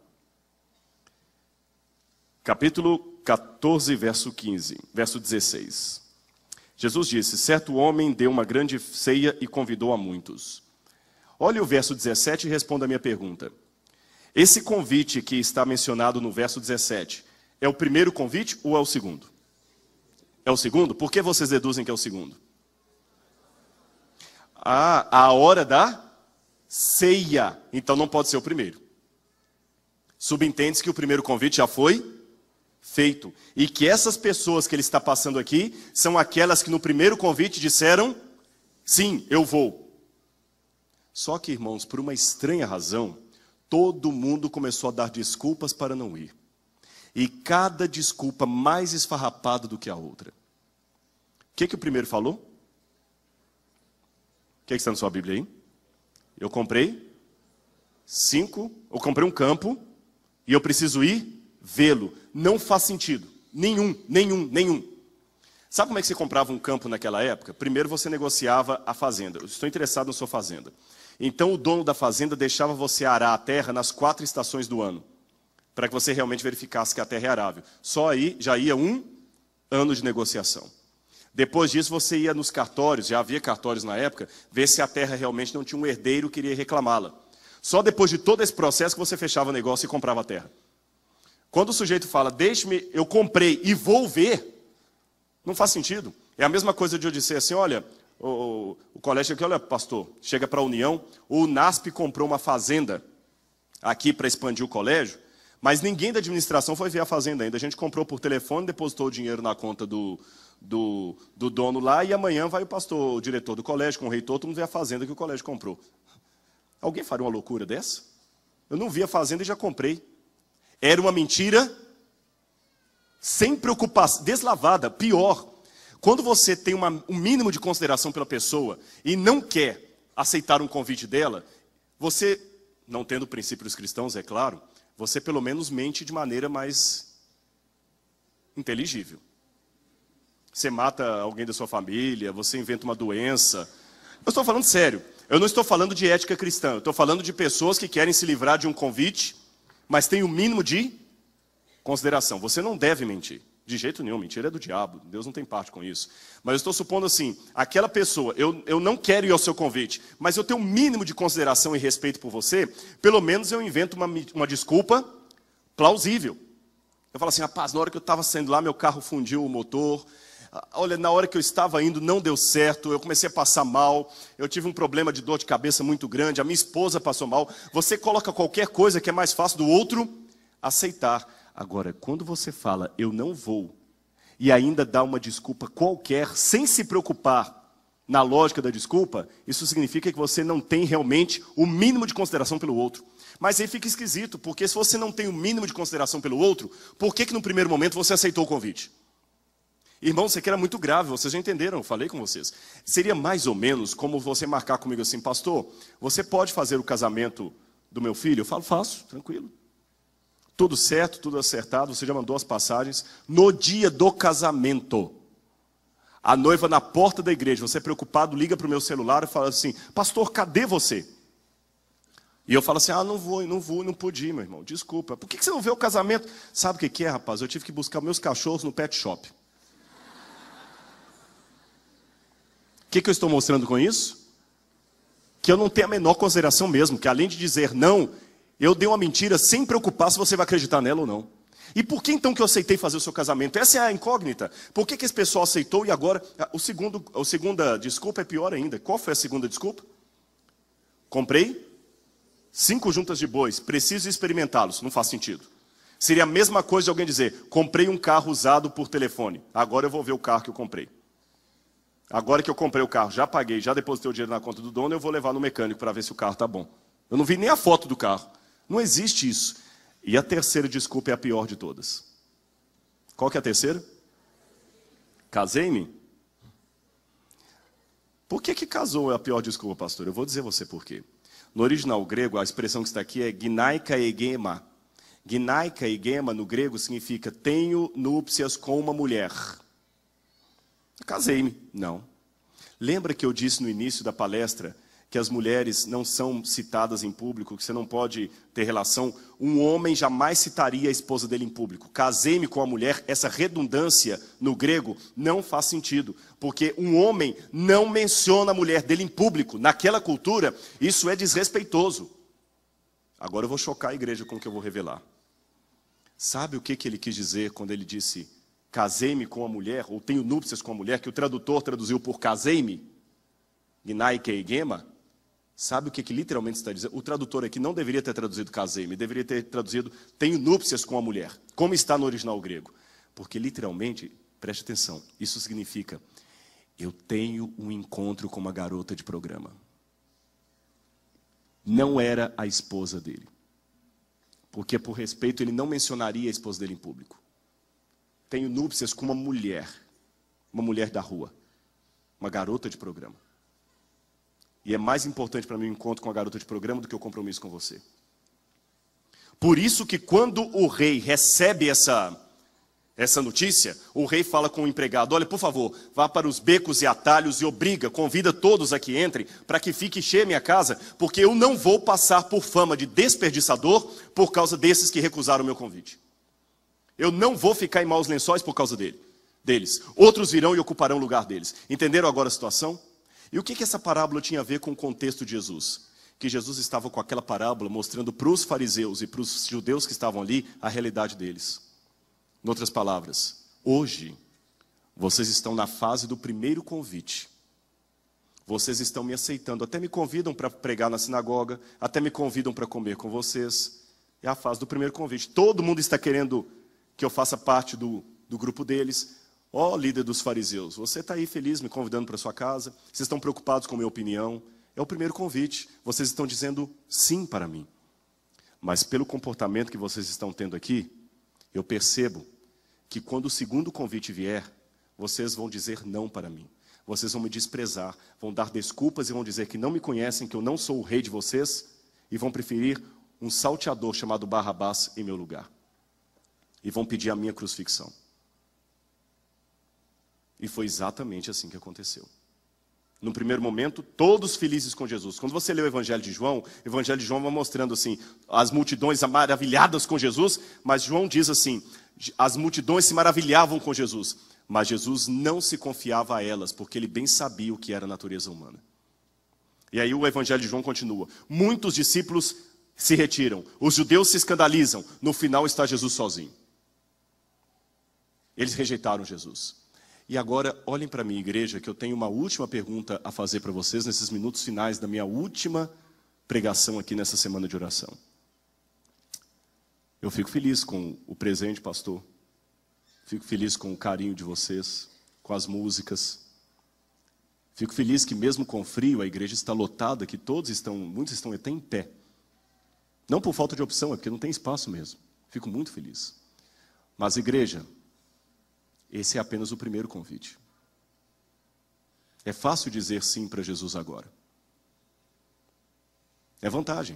Capítulo quatorze, verso quinze, verso dezesseis. Jesus disse, certo homem deu uma grande ceia e convidou a muitos. Olhe o verso dezessete e responda a minha pergunta. Esse convite que está mencionado no verso dezessete, é o primeiro convite ou é o segundo? É o segundo? Por que vocês deduzem que é o segundo? Ah, a hora da ceia. Então não pode ser o primeiro. Subentende-se que o primeiro convite já foi feito. E que essas pessoas que ele está passando aqui são aquelas que no primeiro convite disseram, sim, eu vou. Só que, irmãos, por uma estranha razão, todo mundo começou a dar desculpas para não ir. E cada desculpa mais esfarrapada do que a outra. O que, que o primeiro falou? O que, que está na sua Bíblia aí? Eu comprei cinco, eu comprei um campo e eu preciso ir vê-lo. Não faz sentido. Nenhum, nenhum, nenhum. Sabe como é que você comprava um campo naquela época? Primeiro você negociava a fazenda. Eu estou interessado na sua fazenda. Então o dono da fazenda deixava você arar a terra nas quatro estações do ano, para que você realmente verificasse que a terra é arável. Só aí já ia um ano de negociação. Depois disso você ia nos cartórios, já havia cartórios na época, ver se a terra realmente não tinha um herdeiro que iria reclamá-la. Só depois de todo esse processo que você fechava o negócio e comprava a terra. Quando o sujeito fala, deixe-me, eu comprei e vou ver, não faz sentido. É a mesma coisa de eu dizer assim, olha, o, o colégio aqui, olha, pastor, chega para a União, o NASP comprou uma fazenda aqui para expandir o colégio, mas ninguém da administração foi ver a fazenda ainda. A gente comprou por telefone, depositou o dinheiro na conta do, do, do dono lá, e amanhã vai o pastor, o diretor do colégio, com o reitor, todo mundo vê a fazenda que o colégio comprou. Alguém faria uma loucura dessa? Eu não vi a fazenda e já comprei. Era uma mentira sem preocupação, deslavada, pior. Quando você tem uma, um mínimo de consideração pela pessoa e não quer aceitar um convite dela, você, não tendo princípios cristãos, é claro, você pelo menos mente de maneira mais inteligível. Você mata alguém da sua família, você inventa uma doença. Eu estou falando sério, eu não estou falando de ética cristã, eu estou falando de pessoas que querem se livrar de um convite, mas tem o mínimo de consideração. Você não deve mentir. De jeito nenhum, mentira é do diabo. Deus não tem parte com isso. Mas eu estou supondo assim, aquela pessoa, eu, eu não quero ir ao seu convite, mas eu tenho um mínimo de consideração e respeito por você, pelo menos eu invento uma, uma desculpa plausível. Eu falo assim, rapaz, na hora que eu estava saindo lá, meu carro fundiu o motor. Olha, na hora que eu estava indo, não deu certo, eu comecei a passar mal, eu tive um problema de dor de cabeça muito grande, a minha esposa passou mal. Você coloca qualquer coisa que é mais fácil do outro aceitar. Agora, quando você fala, eu não vou, e ainda dá uma desculpa qualquer, sem se preocupar na lógica da desculpa, isso significa que você não tem realmente o mínimo de consideração pelo outro. Mas aí fica esquisito, porque se você não tem o mínimo de consideração pelo outro, por que que no primeiro momento você aceitou o convite? Irmão, isso aqui era muito grave, vocês já entenderam, eu falei com vocês. Seria mais ou menos como você marcar comigo assim, pastor, você pode fazer o casamento do meu filho? Eu falo, faço, tranquilo. Tudo certo, tudo acertado, você já mandou as passagens. No dia do casamento, a noiva na porta da igreja, você preocupado, liga para o meu celular e fala assim, pastor, cadê você? E eu falo assim, ah, não vou, não vou, não pude ir, meu irmão, desculpa. Por que você não vê o casamento? Sabe o que que é, rapaz? Eu tive que buscar meus cachorros no pet shop. O que que eu estou mostrando com isso? Que eu não tenho a menor consideração mesmo, que além de dizer não, eu dei uma mentira sem preocupar se você vai acreditar nela ou não. E por que então que eu aceitei fazer o seu casamento? Essa é a incógnita. Por que que esse pessoal aceitou e agora... O segundo, a segunda desculpa é pior ainda. Qual foi a segunda desculpa? Comprei cinco juntas de bois, preciso experimentá-los. Não faz sentido. Seria a mesma coisa de alguém dizer, comprei um carro usado por telefone. Agora eu vou ver o carro que eu comprei. Agora que eu comprei o carro, já paguei, já depositei o dinheiro na conta do dono, eu vou levar no mecânico para ver se o carro está bom. Eu não vi nem a foto do carro. Não existe isso. E a terceira desculpa é a pior de todas. Qual que é a terceira? Casei-me? Por que que casou é a pior desculpa, pastor? Eu vou dizer a você por quê. No original grego, a expressão que está aqui é ginaika egema. Ginaika egema, no grego, significa tenho núpcias com uma mulher. Casei-me. Não. Lembra que eu disse no início da palestra que as mulheres não são citadas em público, que você não pode ter relação, um homem jamais citaria a esposa dele em público. Casei-me com a mulher, essa redundância no grego não faz sentido, porque um homem não menciona a mulher dele em público. Naquela cultura, isso é desrespeitoso. Agora eu vou chocar a igreja com o que eu vou revelar. Sabe o que, que ele quis dizer quando ele disse casei-me com a mulher, ou tenho núpcias com a mulher, que o tradutor traduziu por casei-me? Gnai keigema? Sabe o que, que literalmente está dizendo? O tradutor aqui não deveria ter traduzido casei-me, deveria ter traduzido tenho núpcias com a mulher, como está no original grego. Porque literalmente, preste atenção, isso significa eu tenho um encontro com uma garota de programa. Não era a esposa dele. Porque por respeito ele não mencionaria a esposa dele em público. Tenho núpcias com uma mulher, uma mulher da rua, uma garota de programa. E é mais importante para mim o encontro com a garota de programa do que o compromisso com você. Por isso que quando o rei recebe essa, essa notícia, o rei fala com o empregado, olha, por favor, vá para os becos e atalhos e obriga, convida todos a que entrem, para que fique cheia a minha casa, porque eu não vou passar por fama de desperdiçador por causa desses que recusaram o meu convite. Eu não vou ficar em maus lençóis por causa dele, deles. Outros virão e ocuparão o lugar deles. Entenderam agora a situação? E o que, que essa parábola tinha a ver com o contexto de Jesus? Que Jesus estava com aquela parábola mostrando para os fariseus e para os judeus que estavam ali a realidade deles. Em outras palavras, hoje, vocês estão na fase do primeiro convite. Vocês estão me aceitando, até me convidam para pregar na sinagoga, até me convidam para comer com vocês. É a fase do primeiro convite. Todo mundo está querendo que eu faça parte do, do grupo deles. Ó, oh, líder dos fariseus, você está aí feliz me convidando para sua casa? Vocês estão preocupados com a minha opinião? É o primeiro convite. Vocês estão dizendo sim para mim. Mas pelo comportamento que vocês estão tendo aqui, eu percebo que quando o segundo convite vier, vocês vão dizer não para mim. Vocês vão me desprezar, vão dar desculpas e vão dizer que não me conhecem, que eu não sou o rei de vocês, e vão preferir um salteador chamado Barrabás em meu lugar. E vão pedir a minha crucifixão. E foi exatamente assim que aconteceu. No primeiro momento, todos felizes com Jesus. Quando você lê o Evangelho de João, o Evangelho de João vai mostrando assim, as multidões maravilhadas com Jesus, mas João diz assim, as multidões se maravilhavam com Jesus, mas Jesus não se confiava a elas, porque ele bem sabia o que era a natureza humana. E aí o Evangelho de João continua. Muitos discípulos se retiram, os judeus se escandalizam, no final está Jesus sozinho. Eles rejeitaram Jesus. E agora, olhem para mim, igreja, que eu tenho uma última pergunta a fazer para vocês nesses minutos finais da minha última pregação aqui nessa semana de oração. Eu fico feliz com o presente, pastor. Fico feliz com o carinho de vocês, com as músicas. Fico feliz que mesmo com frio a igreja está lotada, que todos estão, muitos estão até em pé. Não por falta de opção, é porque não tem espaço mesmo. Fico muito feliz. Mas igreja, esse é apenas o primeiro convite. É fácil dizer sim para Jesus agora. É vantagem.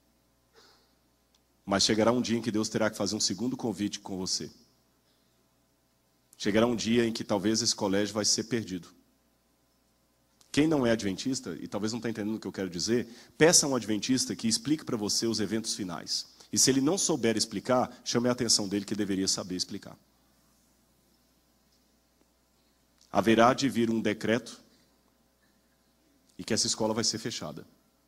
Mas chegará um dia em que Deus terá que fazer um segundo convite com você. Chegará um dia em que talvez esse colégio vai ser perdido. Quem não é adventista, e talvez não está entendendo o que eu quero dizer, peça a um adventista que explique para você os eventos finais. E se ele não souber explicar, chame a atenção dele que deveria saber explicar. Haverá de vir um decreto e que essa escola vai ser fechada.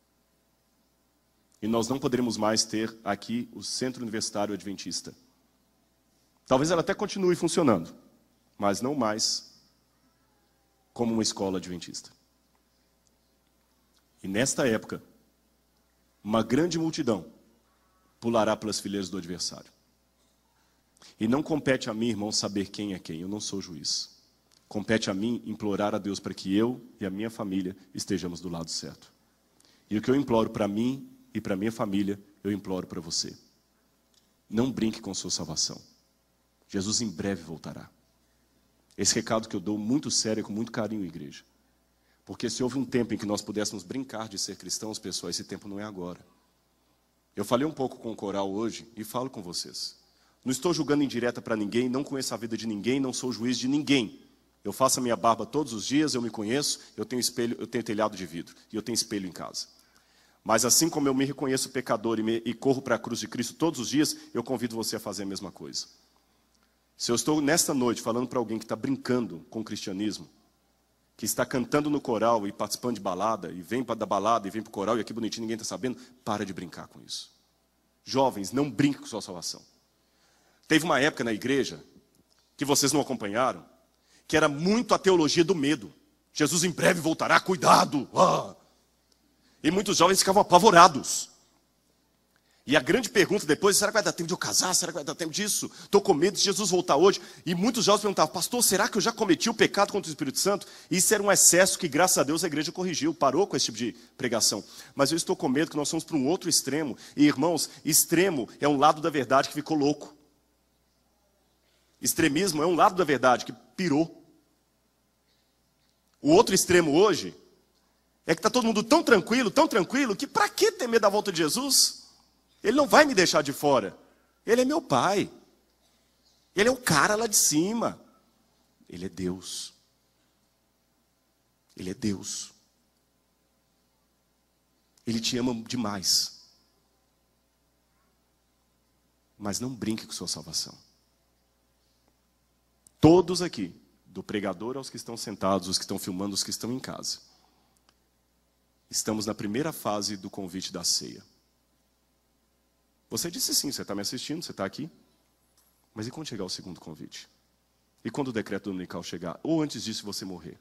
E nós não poderemos mais ter aqui o Centro Universitário Adventista. Talvez ela até continue funcionando, mas não mais como uma escola adventista. E nesta época, uma grande multidão pulará pelas fileiras do adversário. E não compete a mim, irmão, saber quem é quem. Eu não sou juiz. Compete a mim implorar a Deus para que eu e a minha família estejamos do lado certo. E o que eu imploro para mim e para minha família, eu imploro para você. Não brinque com sua salvação. Jesus em breve voltará. Esse recado que eu dou muito sério e com muito carinho, igreja. Porque se houve um tempo em que nós pudéssemos brincar de ser cristãos, pessoal, esse tempo não é agora. Eu falei um pouco com o coral hoje e falo com vocês. Não estou julgando indireta para ninguém, não conheço a vida de ninguém, não sou juiz de ninguém. Eu faço a minha barba todos os dias, eu me conheço, eu tenho espelho, eu tenho telhado de vidro e eu tenho espelho em casa. Mas assim como eu me reconheço pecador e, me, e corro para a cruz de Cristo todos os dias, eu convido você a fazer a mesma coisa. Se eu estou nesta noite falando para alguém que está brincando com o cristianismo, que está cantando no coral e participando de balada, e vem para da balada e vem para o coral e aqui bonitinho, ninguém está sabendo, para de brincar com isso. Jovens, não brinquem com sua salvação. Teve uma época na igreja, que vocês não acompanharam, que era muito a teologia do medo. Jesus em breve voltará, cuidado! Ah! E muitos jovens ficavam apavorados. E a grande pergunta depois, será que vai dar tempo de eu casar? Será que vai dar tempo disso? Estou com medo de Jesus voltar hoje. E muitos jovens perguntavam, pastor, será que eu já cometi o pecado contra o Espírito Santo? E isso era um excesso que, graças a Deus, a igreja corrigiu, parou com esse tipo de pregação. Mas eu estou com medo que nós somos para um outro extremo. E, irmãos, extremo é um lado da verdade que ficou louco. Extremismo é um lado da verdade que pirou. O outro extremo hoje é que está todo mundo tão tranquilo, tão tranquilo, que para que ter medo da volta de Jesus? Ele não vai me deixar de fora. Ele é meu pai. Ele é o cara lá de cima. Ele é Deus. Ele é Deus. Ele te ama demais. Mas não brinque com sua salvação. Todos aqui, do pregador aos que estão sentados, os que estão filmando, os que estão em casa, estamos na primeira fase do convite da ceia. Você disse sim, você está me assistindo, você está aqui. Mas e quando chegar o segundo convite? E quando o decreto dominical chegar? Ou antes disso você morrer?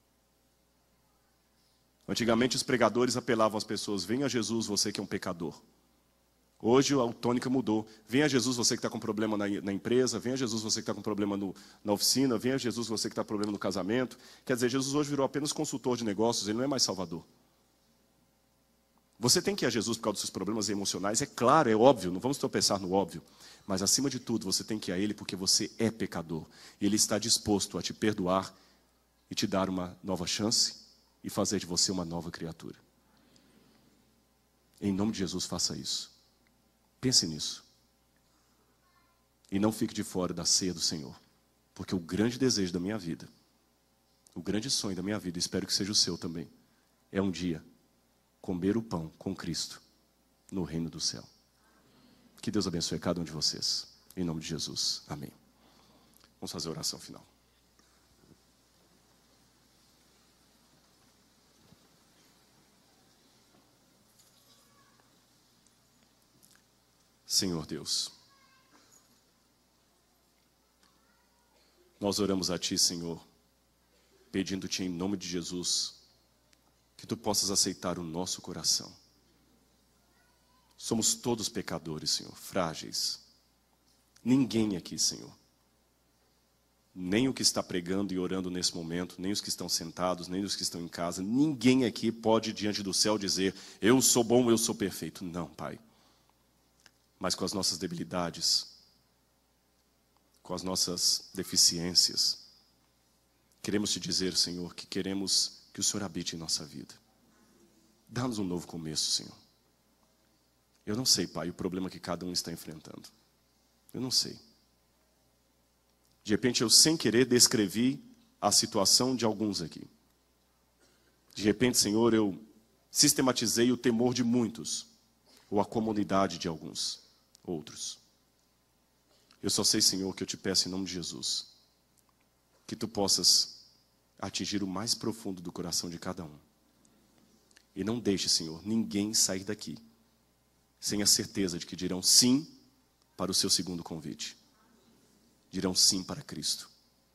Antigamente os pregadores apelavam às pessoas, venha a Jesus, você que é um pecador. Hoje a tônica mudou. Venha a Jesus, você que está com problema na, na empresa. Venha a Jesus, você que está com problema no, na oficina. Venha a Jesus, você que está com problema no casamento. Quer dizer, Jesus hoje virou apenas consultor de negócios, ele não é mais salvador. Você tem que ir a Jesus por causa dos seus problemas emocionais, é claro, é óbvio, não vamos tropeçar no óbvio. Mas acima de tudo, você tem que ir a Ele porque você é pecador. E Ele está disposto a te perdoar e te dar uma nova chance e fazer de você uma nova criatura. Em nome de Jesus, faça isso. Pense nisso. E não fique de fora da ceia do Senhor. Porque o grande desejo da minha vida, o grande sonho da minha vida, espero que seja o seu também, é um dia comer o pão com Cristo no reino do céu. Que Deus abençoe cada um de vocês. Em nome de Jesus. Amém. Vamos fazer a oração final. Senhor Deus, nós oramos a Ti, Senhor, pedindo-Te em nome de Jesus, que Tu possas aceitar o nosso coração. Somos todos pecadores, Senhor, frágeis. Ninguém aqui, Senhor, nem o que está pregando e orando nesse momento, nem os que estão sentados, nem os que estão em casa, ninguém aqui pode diante do céu dizer, eu sou bom, eu sou perfeito. Não, Pai. Mas com as nossas debilidades, com as nossas deficiências, queremos Te dizer, Senhor, que queremos que o Senhor habite em nossa vida. Dá-nos um novo começo, Senhor. Eu não sei, Pai, o problema que cada um está enfrentando. Eu não sei. De repente, eu sem querer descrevi a situação de alguns aqui. De repente, Senhor, eu sistematizei o temor de muitos, ou a comodidade de alguns, outros. Eu só sei, Senhor, que eu Te peço em nome de Jesus, que Tu possas atingir o mais profundo do coração de cada um. E não deixe, Senhor, ninguém sair daqui sem a certeza de que dirão sim para o Seu segundo convite. Dirão sim para Cristo.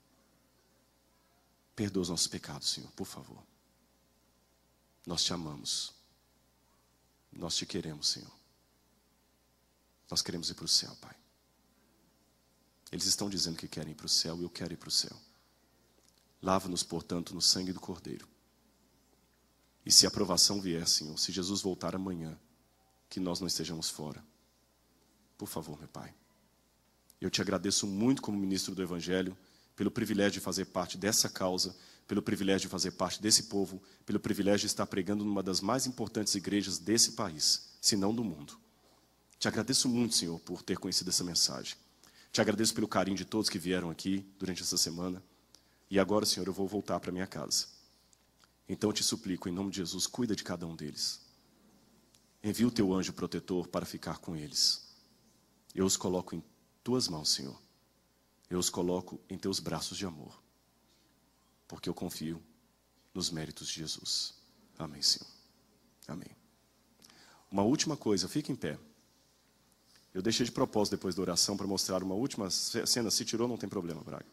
Perdoa os nossos pecados, Senhor, por favor. Nós Te amamos. Nós Te queremos, Senhor. Nós queremos ir para o céu, Pai. Eles estão dizendo que querem ir para o céu e eu quero ir para o céu. Lava-nos, portanto, no sangue do Cordeiro. E se a aprovação vier, Senhor, se Jesus voltar amanhã, que nós não estejamos fora. Por favor, meu Pai. Eu Te agradeço muito como ministro do Evangelho, pelo privilégio de fazer parte dessa causa, pelo privilégio de fazer parte desse povo, pelo privilégio de estar pregando numa das mais importantes igrejas desse país, se não do mundo. Te agradeço muito, Senhor, por ter conhecido essa mensagem. Te agradeço pelo carinho de todos que vieram aqui durante essa semana. E agora, Senhor, eu vou voltar para minha casa. Então eu te suplico, em nome de Jesus, cuida de cada um deles. Envia o teu anjo protetor para ficar com eles. Eu os coloco em tuas mãos, Senhor. Eu os coloco em teus braços de amor. Porque eu confio nos méritos de Jesus. Amém, Senhor. Amém. Uma última coisa, fique em pé. Eu deixei de propósito depois da oração para mostrar uma última cena. Se tirou, não tem problema, Braga.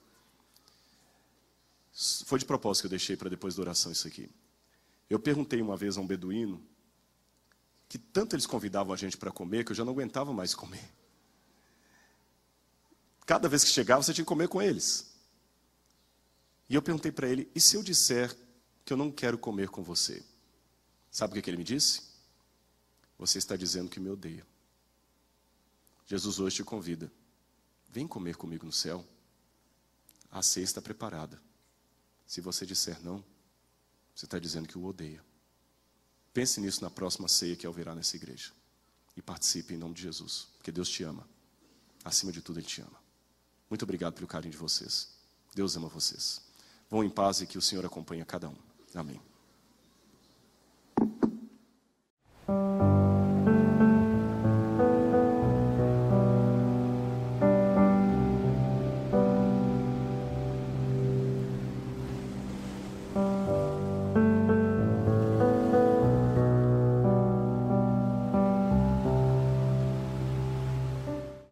Foi de propósito que eu deixei para depois da oração isso aqui. Eu perguntei uma vez a um beduíno, que tanto eles convidavam a gente para comer, que eu já não aguentava mais comer. Cada vez que chegava, você tinha que comer com eles. E eu perguntei para ele, e se eu disser que eu não quero comer com você? Sabe o que, que ele me disse? Você está dizendo que me odeia. Jesus hoje te convida. Vem comer comigo no céu. A ceia está preparada. Se você disser não, você está dizendo que o odeia. Pense nisso na próxima ceia que haverá nessa igreja. E participe em nome de Jesus. Porque Deus te ama. Acima de tudo, Ele te ama. Muito obrigado pelo carinho de vocês. Deus ama vocês. Vão em paz e que o Senhor acompanhe a cada um. Amém.